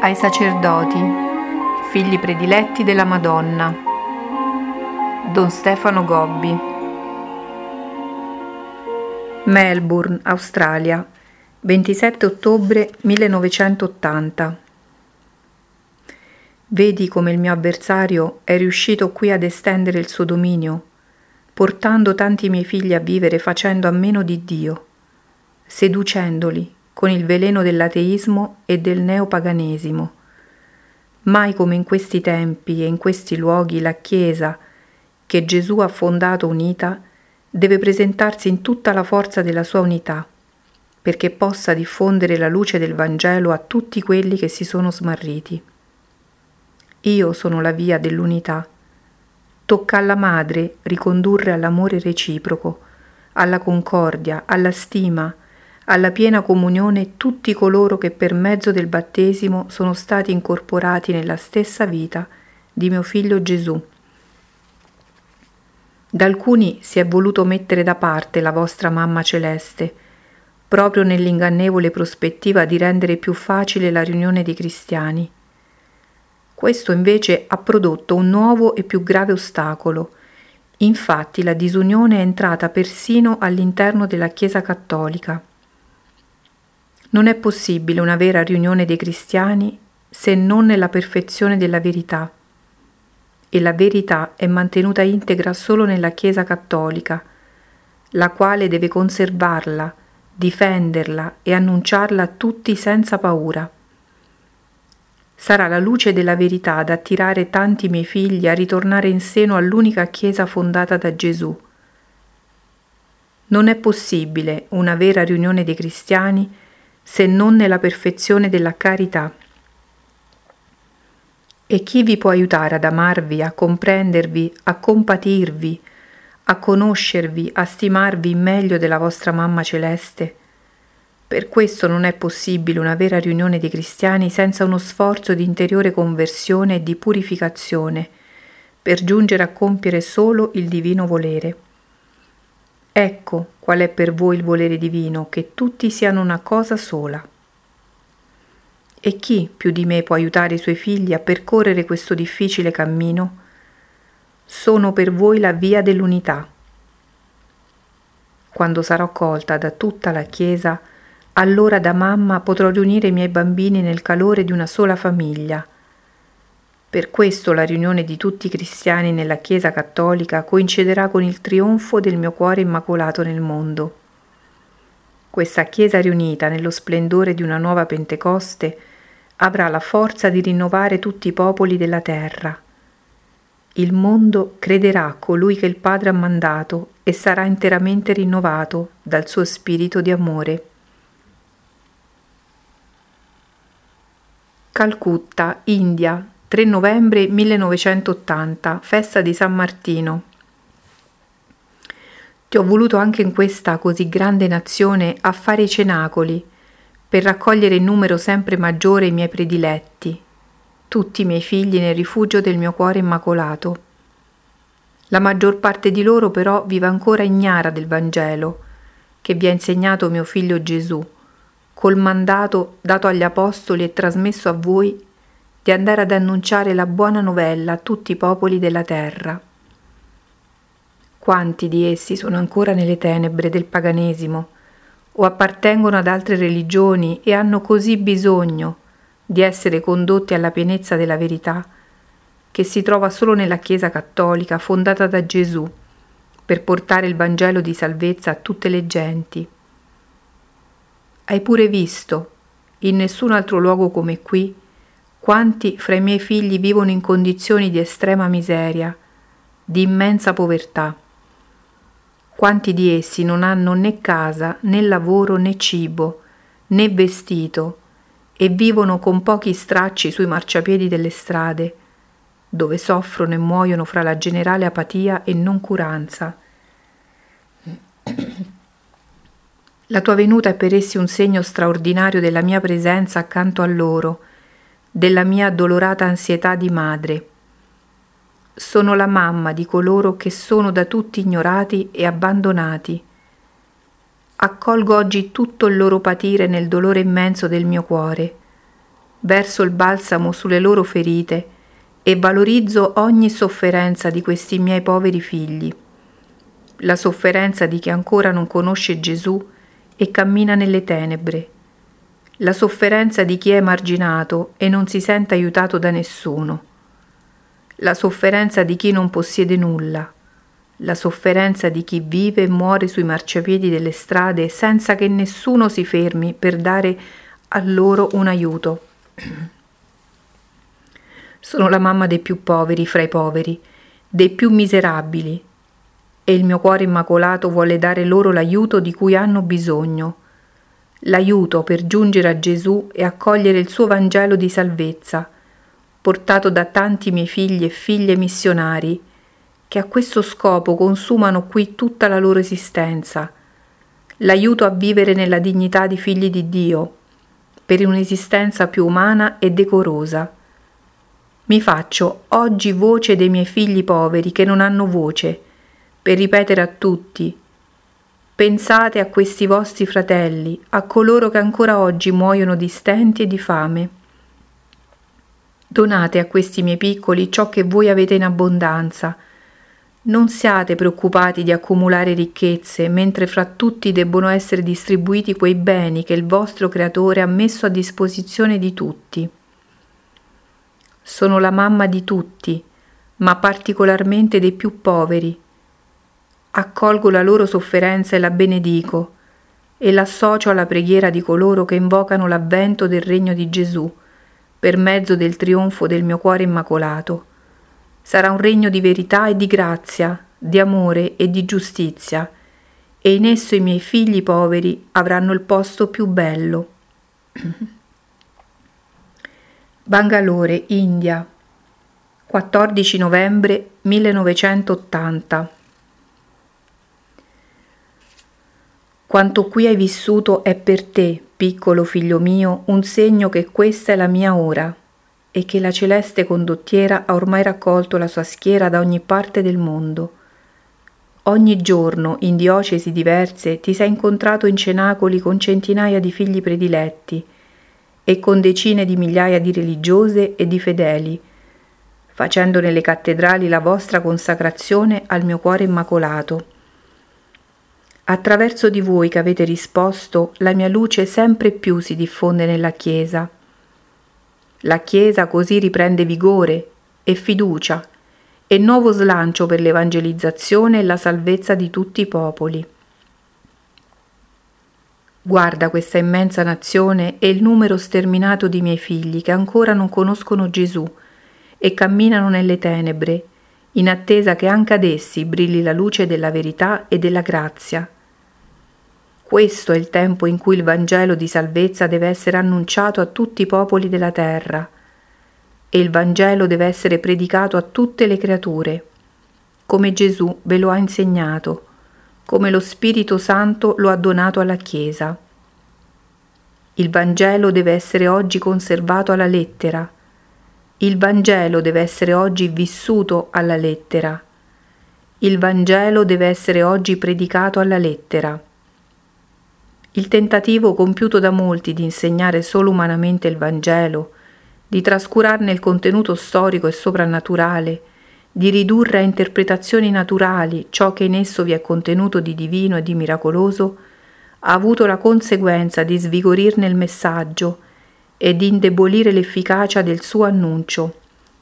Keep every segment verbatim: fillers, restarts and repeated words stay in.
ai sacerdoti, figli prediletti della Madonna. Don Stefano Gobbi. Melbourne, Australia, ventisette ottobre millenovecentottanta. Vedi come il mio avversario è riuscito qui ad estendere il suo dominio, portando tanti miei figli a vivere facendo a meno di Dio, seducendoli con il veleno dell'ateismo e del neopaganesimo. Mai come in questi tempi e in questi luoghi la Chiesa, che Gesù ha fondato unita, deve presentarsi in tutta la forza della sua unità, perché possa diffondere la luce del Vangelo a tutti quelli che si sono smarriti. Io sono la via dell'unità. Tocca alla Madre ricondurre all'amore reciproco, alla concordia, alla stima, alla piena comunione tutti coloro che per mezzo del battesimo sono stati incorporati nella stessa vita di mio figlio Gesù. Da alcuni si è voluto mettere da parte la vostra Mamma Celeste, proprio nell'ingannevole prospettiva di rendere più facile la riunione dei cristiani. Questo invece ha prodotto un nuovo e più grave ostacolo. Infatti la disunione è entrata persino all'interno della Chiesa cattolica. Non è possibile una vera riunione dei cristiani se non nella perfezione della verità. E la verità è mantenuta integra solo nella Chiesa cattolica, la quale deve conservarla, difenderla e annunciarla a tutti senza paura. Sarà la luce della verità ad attirare tanti miei figli a ritornare in seno all'unica Chiesa fondata da Gesù. Non è possibile una vera riunione dei cristiani se non nella perfezione della carità. E chi vi può aiutare ad amarvi, a comprendervi, a compatirvi, a conoscervi, a stimarvi meglio della vostra Mamma Celeste? Per questo non è possibile una vera riunione dei cristiani senza uno sforzo di interiore conversione e di purificazione, per giungere a compiere solo il divino volere. Ecco qual è per voi il volere divino, che tutti siano una cosa sola. E chi più di me può aiutare i suoi figli a percorrere questo difficile cammino? Sono per voi la via dell'unità. Quando sarò accolta da tutta la Chiesa, allora da mamma potrò riunire i miei bambini nel calore di una sola famiglia. Per questo la riunione di tutti i cristiani nella Chiesa cattolica coinciderà con il trionfo del mio cuore immacolato nel mondo. Questa Chiesa riunita nello splendore di una nuova Pentecoste avrà la forza di rinnovare tutti i popoli della terra. Il mondo crederà a colui che il Padre ha mandato e sarà interamente rinnovato dal suo spirito di amore. Calcutta, India, tre novembre millenovecentottanta, festa di San Martino. Ti ho voluto anche in questa così grande nazione a fare i cenacoli, per raccogliere in numero sempre maggiore i miei prediletti, tutti i miei figli nel rifugio del mio cuore immacolato. La maggior parte di loro però vive ancora ignara del Vangelo, che vi ha insegnato mio figlio Gesù, col mandato dato agli Apostoli e trasmesso a voi di andare ad annunciare la buona novella a tutti i popoli della terra. Quanti di essi sono ancora nelle tenebre del paganesimo o appartengono ad altre religioni e hanno così bisogno di essere condotti alla pienezza della verità che si trova solo nella Chiesa cattolica fondata da Gesù per portare il Vangelo di salvezza a tutte le genti. Hai pure visto, in nessun altro luogo come qui, quanti fra i miei figli vivono in condizioni di estrema miseria, di immensa povertà. Quanti di essi non hanno né casa, né lavoro, né cibo, né vestito, e vivono con pochi stracci sui marciapiedi delle strade, dove soffrono e muoiono fra la generale apatia e noncuranza. La tua venuta è per essi un segno straordinario della mia presenza accanto a loro, della mia addolorata ansietà di madre. Sono la mamma di coloro che sono da tutti ignorati e abbandonati. Accolgo oggi tutto il loro patire nel dolore immenso del mio cuore. verso il balsamo sulle loro ferite e valorizzo ogni sofferenza di questi miei poveri figli, la sofferenza di chi ancora non conosce Gesù e cammina nelle tenebre, la sofferenza di chi è emarginato e non si sente aiutato da nessuno, la sofferenza di chi non possiede nulla, la sofferenza di chi vive e muore sui marciapiedi delle strade senza che nessuno si fermi per dare a loro un aiuto. Sono la mamma dei più poveri fra i poveri, dei più miserabili, e il mio cuore immacolato vuole dare loro l'aiuto di cui hanno bisogno, l'aiuto per giungere a Gesù e accogliere il suo Vangelo di salvezza, portato da tanti miei figli e figlie missionari, che a questo scopo consumano qui tutta la loro esistenza, l'aiuto a vivere nella dignità di figli di Dio, per un'esistenza più umana e decorosa. Mi faccio oggi voce dei miei figli poveri che non hanno voce, per ripetere a tutti: pensate a questi vostri fratelli, a coloro che ancora oggi muoiono di stenti e di fame. Donate a questi miei piccoli ciò che voi avete in abbondanza. Non siate preoccupati di accumulare ricchezze, mentre fra tutti debbono essere distribuiti quei beni che il vostro Creatore ha messo a disposizione di tutti. Sono la mamma di tutti, ma particolarmente dei più poveri. Accolgo la loro sofferenza e la benedico, e l'associo alla preghiera di coloro che invocano l'avvento del regno di Gesù, per mezzo del trionfo del mio cuore immacolato. Sarà un regno di verità e di grazia, di amore e di giustizia, e in esso i miei figli poveri avranno il posto più bello. Bangalore, India, quattordici novembre millenovecentottanta. Quanto qui hai vissuto è per te, piccolo figlio mio, un segno che questa è la mia ora e che la celeste condottiera ha ormai raccolto la sua schiera da ogni parte del mondo. Ogni giorno, in diocesi diverse, ti sei incontrato in cenacoli con centinaia di figli prediletti e con decine di migliaia di religiose e di fedeli, facendo nelle cattedrali la vostra consacrazione al mio cuore immacolato. Attraverso di voi che avete risposto, la mia luce sempre più si diffonde nella Chiesa. La Chiesa così riprende vigore e fiducia e nuovo slancio per l'evangelizzazione e la salvezza di tutti i popoli. Guarda questa immensa nazione e il numero sterminato di miei figli che ancora non conoscono Gesù e camminano nelle tenebre, in attesa che anche ad essi brilli la luce della verità e della grazia. Questo è il tempo in cui il Vangelo di salvezza deve essere annunciato a tutti i popoli della terra e il Vangelo deve essere predicato a tutte le creature, come Gesù ve lo ha insegnato, come lo Spirito Santo lo ha donato alla Chiesa. Il Vangelo deve essere oggi conservato alla lettera. Il Vangelo deve essere oggi vissuto alla lettera. Il Vangelo deve essere oggi predicato alla lettera. Il tentativo compiuto da molti di insegnare solo umanamente il Vangelo, di trascurarne il contenuto storico e soprannaturale, di ridurre a interpretazioni naturali ciò che in esso vi è contenuto di divino e di miracoloso, ha avuto la conseguenza di svigorirne il messaggio e di indebolire l'efficacia del suo annuncio.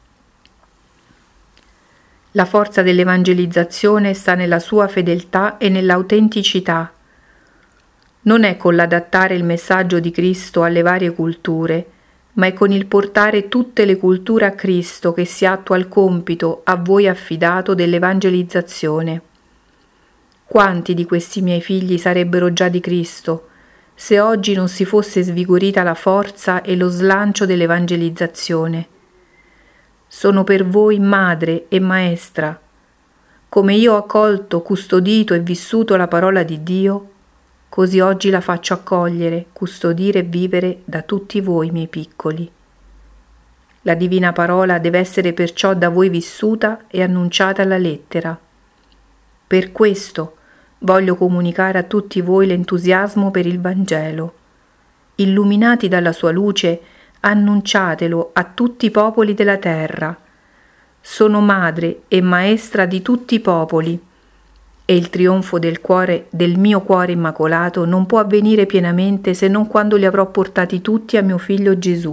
La forza dell'evangelizzazione sta nella sua fedeltà e nell'autenticità. Non è con l'adattare il messaggio di Cristo alle varie culture, ma è con il portare tutte le culture a Cristo che si attua il compito a voi affidato dell'evangelizzazione. Quanti di questi miei figli sarebbero già di Cristo, se oggi non si fosse svigorita la forza e lo slancio dell'evangelizzazione? Sono per voi madre e maestra. Come io ho accolto, custodito e vissuto la parola di Dio, così oggi la faccio accogliere, custodire e vivere da tutti voi, miei piccoli. La divina parola deve essere perciò da voi vissuta e annunciata alla lettera. Per questo voglio comunicare a tutti voi l'entusiasmo per il Vangelo. Illuminati dalla sua luce, Annunciatelo a tutti i popoli della terra. Sono madre e maestra di tutti i popoli, e il trionfo del cuore, del mio cuore immacolato, non può avvenire pienamente se non quando li avrò portati tutti a mio figlio Gesù.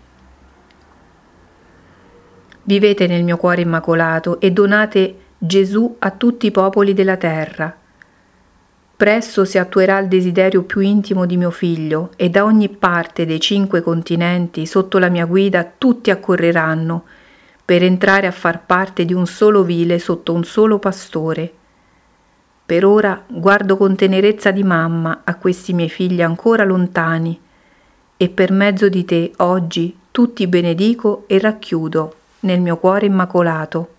Vivete nel mio cuore immacolato e donate Gesù a tutti i popoli della terra. Presto si attuerà il desiderio più intimo di mio figlio, e da ogni parte dei cinque continenti, sotto la mia guida, tutti accorreranno per entrare a far parte di un solo vile sotto un solo pastore. Per ora guardo con tenerezza di mamma a questi miei figli ancora lontani, e per mezzo di te oggi tutti benedico e racchiudo nel mio cuore immacolato.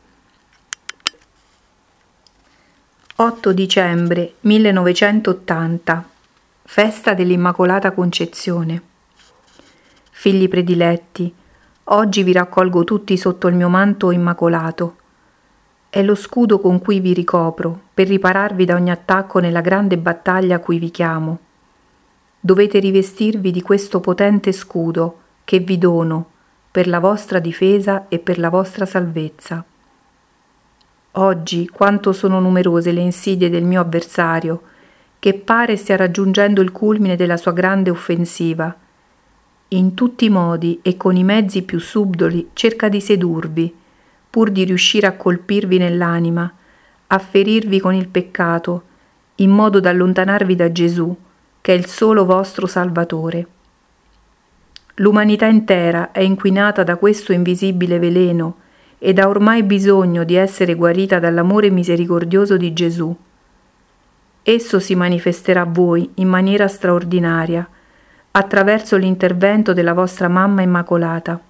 otto dicembre millenovecentottanta, festa dell'Immacolata Concezione. Figli prediletti, oggi vi raccolgo tutti sotto il mio manto immacolato. È lo scudo con cui vi ricopro per ripararvi da ogni attacco nella grande battaglia a cui vi chiamo. Dovete rivestirvi di questo potente scudo che vi dono per la vostra difesa e per la vostra salvezza. Oggi quanto sono numerose le insidie del mio avversario, che pare stia raggiungendo il culmine della sua grande offensiva. In tutti i modi e con i mezzi più subdoli cerca di sedurvi, pur di riuscire a colpirvi nell'anima, a ferirvi con il peccato, in modo da allontanarvi da Gesù, che è il solo vostro Salvatore. L'umanità intera è inquinata da questo invisibile veleno ed ha ormai bisogno di essere guarita dall'amore misericordioso di Gesù. Esso si manifesterà a voi in maniera straordinaria, attraverso l'intervento della vostra mamma immacolata.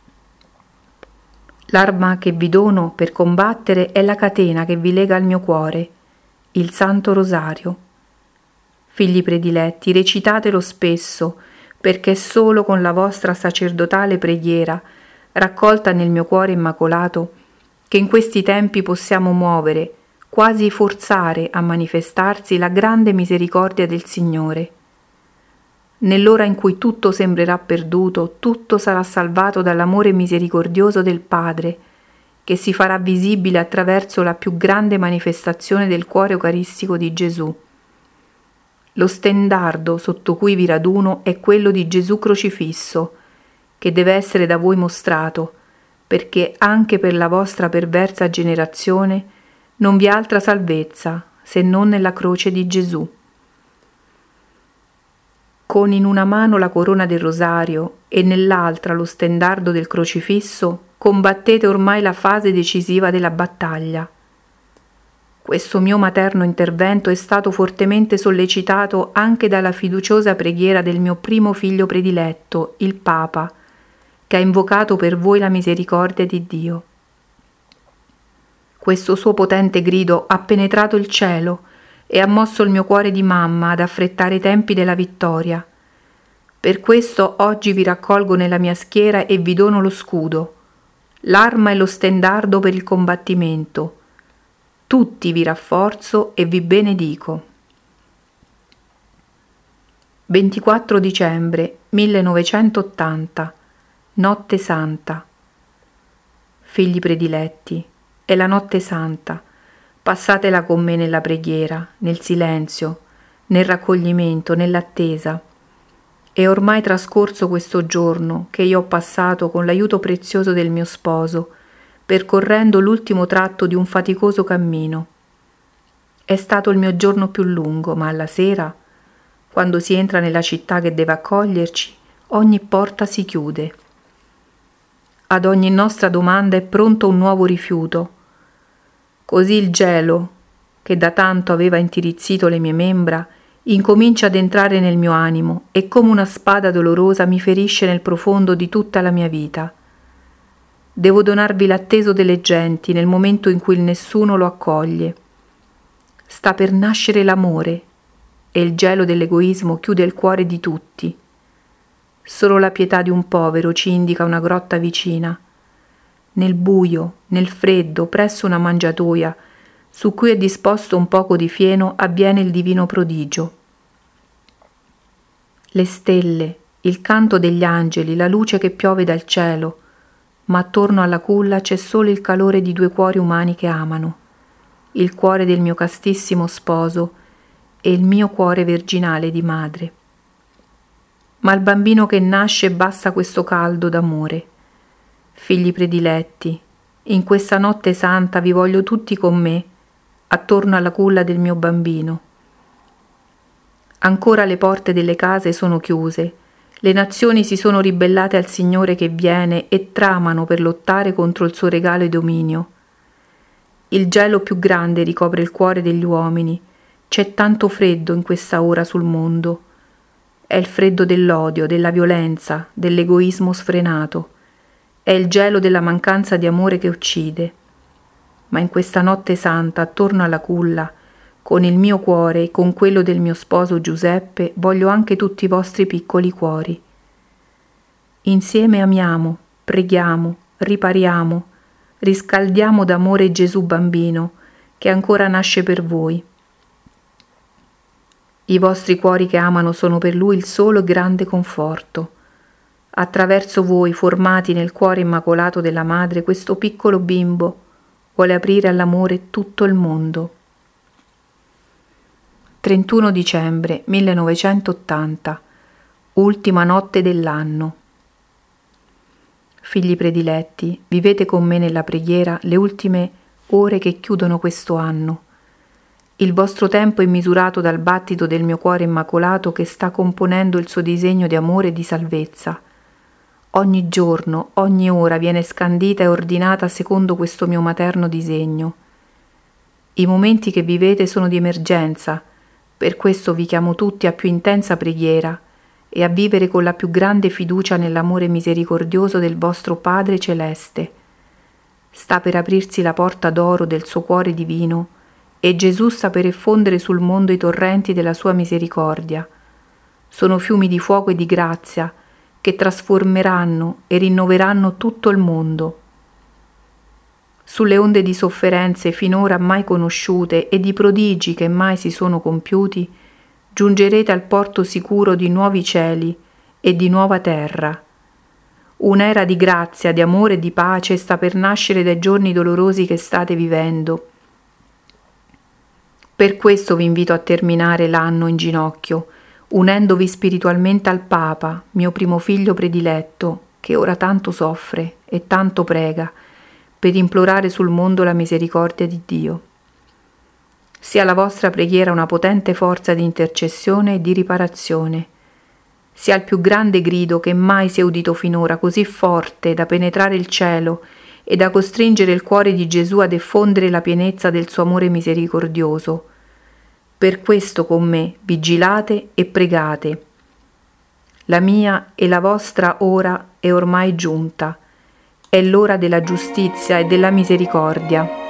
L'arma che vi dono per combattere è la catena che vi lega al mio cuore, il Santo Rosario. Figli prediletti, recitatelo spesso, perché solo con la vostra sacerdotale preghiera, raccolta nel mio cuore immacolato, che in questi tempi possiamo muovere, quasi forzare a manifestarsi la grande misericordia del Signore. Nell'ora in cui tutto sembrerà perduto, tutto sarà salvato dall'amore misericordioso del Padre, che si farà visibile attraverso la più grande manifestazione del cuore eucaristico di Gesù. Lo stendardo sotto cui vi raduno è quello di Gesù crocifisso, che deve essere da voi mostrato, perché anche per la vostra perversa generazione non vi è altra salvezza se non nella croce di Gesù. Con in una mano la corona del rosario e nell'altra lo stendardo del crocifisso, combattete ormai la fase decisiva della battaglia. Questo mio materno intervento è stato fortemente sollecitato anche dalla fiduciosa preghiera del mio primo figlio prediletto, il Papa, che ha invocato per voi la misericordia di Dio. Questo suo potente grido ha penetrato il cielo e ha mosso il mio cuore di mamma ad affrettare i tempi della vittoria. Per questo oggi vi raccolgo nella mia schiera e vi dono lo scudo, l'arma e lo stendardo per il combattimento. Tutti vi rafforzo e vi benedico. ventiquattro dicembre millenovecentottanta, Notte Santa. Figli prediletti, è la Notte Santa. Passatela con me nella preghiera, nel silenzio, nel raccoglimento, nell'attesa. È ormai trascorso questo giorno che io ho passato con l'aiuto prezioso del mio sposo, percorrendo l'ultimo tratto di un faticoso cammino. È stato il mio giorno più lungo, ma alla sera, quando si entra nella città che deve accoglierci, ogni porta si chiude. Ad ogni nostra domanda è pronto un nuovo rifiuto. Così il gelo, che da tanto aveva intirizzito le mie membra, incomincia ad entrare nel mio animo e come una spada dolorosa mi ferisce nel profondo di tutta la mia vita. Devo donarvi l'atteso delle genti nel momento in cui il nessuno lo accoglie. Sta per nascere l'amore e il gelo dell'egoismo chiude il cuore di tutti. Solo la pietà di un povero ci indica una grotta vicina. Nel buio, nel freddo, presso una mangiatoia, su cui è disposto un poco di fieno, avviene il divino prodigio. Le stelle, il canto degli angeli, la luce che piove dal cielo, ma attorno alla culla c'è solo il calore di due cuori umani che amano, il cuore del mio castissimo sposo e il mio cuore virginale di madre. Ma il bambino che nasce basta questo caldo d'amore. Figli prediletti, in questa notte santa vi voglio tutti con me, attorno alla culla del mio bambino. Ancora le porte delle case sono chiuse, le nazioni si sono ribellate al Signore che viene e tramano per lottare contro il suo regalo e dominio. Il gelo più grande ricopre il cuore degli uomini, c'è tanto freddo in questa ora sul mondo. È il freddo dell'odio, della violenza, dell'egoismo sfrenato. È il gelo della mancanza di amore che uccide. Ma in questa notte santa, attorno alla culla, con il mio cuore e con quello del mio sposo Giuseppe, voglio anche tutti i vostri piccoli cuori. Insieme amiamo, preghiamo, ripariamo, riscaldiamo d'amore Gesù bambino, che ancora nasce per voi. I vostri cuori che amano sono per lui il solo e grande conforto. Attraverso voi, formati nel cuore immacolato della madre, questo piccolo bimbo vuole aprire all'amore tutto il mondo. trentuno dicembre millenovecentottanta, ultima notte dell'anno. Figli prediletti, vivete con me nella preghiera le ultime ore che chiudono questo anno. Il vostro tempo è misurato dal battito del mio cuore immacolato che sta componendo il suo disegno di amore e di salvezza. Ogni giorno, ogni ora viene scandita e ordinata secondo questo mio materno disegno. I momenti che vivete sono di emergenza, per questo vi chiamo tutti a più intensa preghiera e a vivere con la più grande fiducia nell'amore misericordioso del vostro Padre Celeste. Sta per aprirsi la porta d'oro del suo cuore divino e Gesù sta per effondere sul mondo i torrenti della sua misericordia. Sono fiumi di fuoco e di grazia che trasformeranno e rinnoveranno tutto il mondo. Sulle onde di sofferenze finora mai conosciute e di prodigi che mai si sono compiuti, giungerete al porto sicuro di nuovi cieli e di nuova terra. Un'era di grazia, di amore e di pace sta per nascere dai giorni dolorosi che state vivendo. Per questo vi invito a terminare l'anno in ginocchio, unendovi spiritualmente al Papa, mio primo figlio prediletto, che ora tanto soffre e tanto prega, per implorare sul mondo la misericordia di Dio. Sia la vostra preghiera una potente forza di intercessione e di riparazione. Sia il più grande grido che mai si è udito finora, così forte da penetrare il cielo e da costringere il cuore di Gesù ad effondere la pienezza del suo amore misericordioso. Per questo con me vigilate e pregate. La mia e la vostra ora è ormai giunta. È l'ora della giustizia e della misericordia.